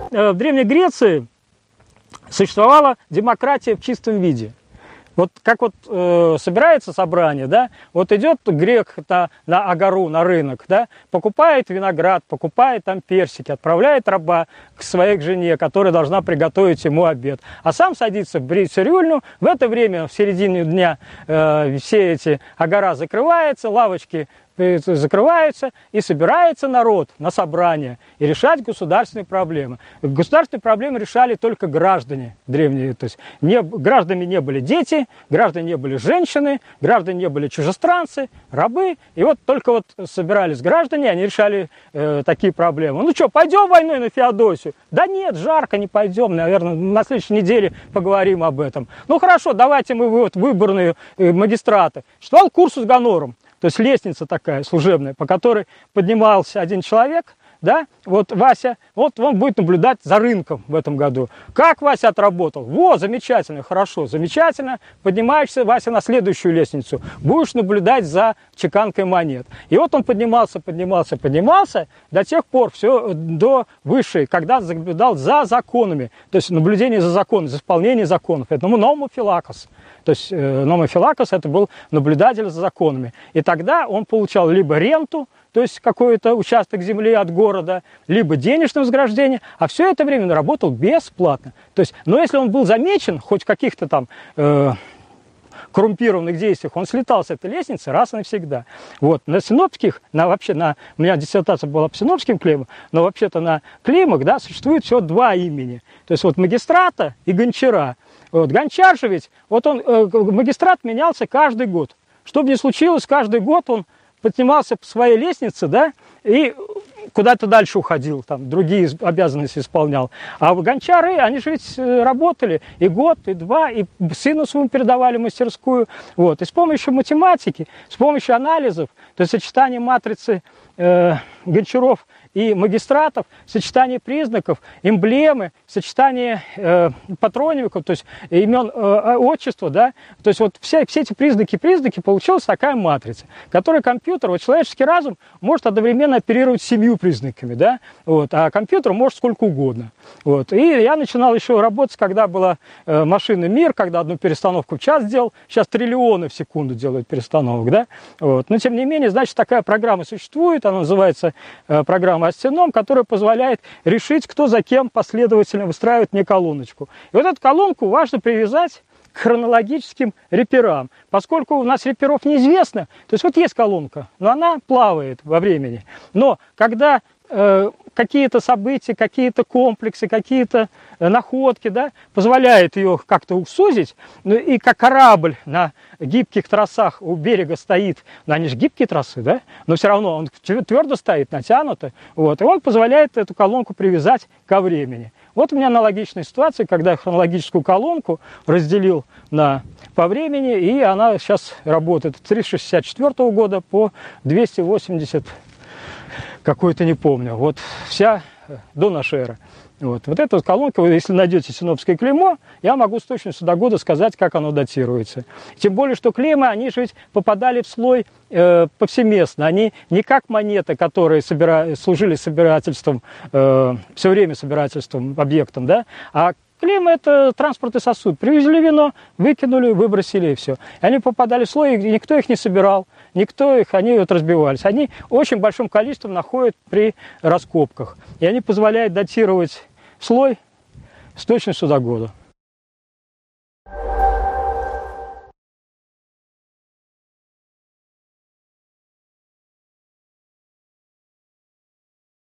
в Древней Греции существовала демократия в чистом виде. Вот как вот собирается собрание, да, вот идет грек на агору, на рынок, да, покупает виноград, покупает там персики, отправляет раба к своей жене, которая должна приготовить ему обед, а сам садится в цирюльню. В это время, в середине дня, все эти агора закрываются, лавочки закрываются, и собирается народ на собрание и решать государственные проблемы. Государственные проблемы решали только граждане древние. То есть гражданами не были дети, граждане не были женщины, граждане не были чужестранцы, рабы. И вот только вот собирались граждане, они решали такие проблемы. Ну что, пойдем войной на Феодосию? Да нет, жарко, не пойдем. Наверное, на следующей неделе поговорим об этом. Ну хорошо, давайте мы вот выборные магистраты. Существовал Курсус Гонорум. То есть лестница такая служебная, по которой поднимался один человек, да, вот Вася, вот он будет наблюдать за рынком в этом году. Как Вася отработал? Вот, замечательно, хорошо, замечательно. Поднимаешься, Вася, на следующую лестницу. Будешь наблюдать за чеканкой монет. И вот он поднимался до тех пор, все до высшей, когда наблюдал за законами. То есть наблюдение за законами, за исполнением законов. Это номофилакос. То есть номофилакос это был наблюдатель за законами. И тогда он получал либо ренту, то есть какой-то участок земли от города, либо денежное вознаграждение, а все это время он работал бесплатно. То есть, но если он был замечен хоть в каких-то там коррумпированных действиях, он слетал с этой лестницы раз и навсегда. Вот. На синопских, у меня диссертация была по синопским клеймам, но вообще-то на клеймах, да, существует всего два имени. То есть вот магистрата и гончара. Вот. Гончар же ведь, вот он, магистрат менялся каждый год. Что бы ни случилось, каждый год он поднимался по своей лестнице, да, и куда-то дальше уходил, там, другие обязанности исполнял. А гончары, они же ведь работали и год, и два, и сыну своему передавали мастерскую. Вот. И с помощью математики, с помощью анализов, то есть сочетание матрицы гончаров и магистратов, сочетание признаков, эмблемы, сочетание патронимиков, то есть имен отчества, да, то есть вот все эти признаки, получилась такая матрица, которую компьютер, вот человеческий разум может одновременно оперировать 7 признаками, да, вот, а компьютер может сколько угодно. Вот. И я начинал еще работать, когда была машинный мир, когда одну перестановку в час делал, сейчас триллионы в секунду делают перестановок, да, вот. Но тем не менее, значит, такая программа существует, она называется программа Астеном, которая позволяет решить, кто за кем последовательно выстраивает мне колоночку. И вот эту колонку важно привязать к хронологическим реперам. Поскольку у нас реперов неизвестно, то есть вот есть колонка, но она плавает во времени. Но когда какие-то события, какие-то комплексы, какие-то находки, да, позволяют ее как-то сузить, ну, и как корабль на гибких трассах у берега стоит, ну, они же гибкие трассы, да, но все равно он твердо стоит, натянуто, вот, и он позволяет эту колонку привязать ко времени. Вот у меня аналогичная ситуация, когда я хронологическую колонку разделил по времени, и она сейчас работает с 364 года по 280 какой-то, не помню, вот вся до нашей эры. Вот эта вот колонка, вы, если найдете синопское клеймо, я могу с точностью до года сказать, как оно датируется. Тем более, что клеймы, они же ведь попадали в слой повсеместно. Они не как монеты, которые служили собирательством, все время собирательством, объектом, да, а клеймы – это транспортный сосуд. Привезли вино, выкинули, выбросили, и все. И они попадали в слой, и никто их не собирал, они вот разбивались. Они очень большим количеством находят при раскопках. И они позволяют датировать слой с точностью до года.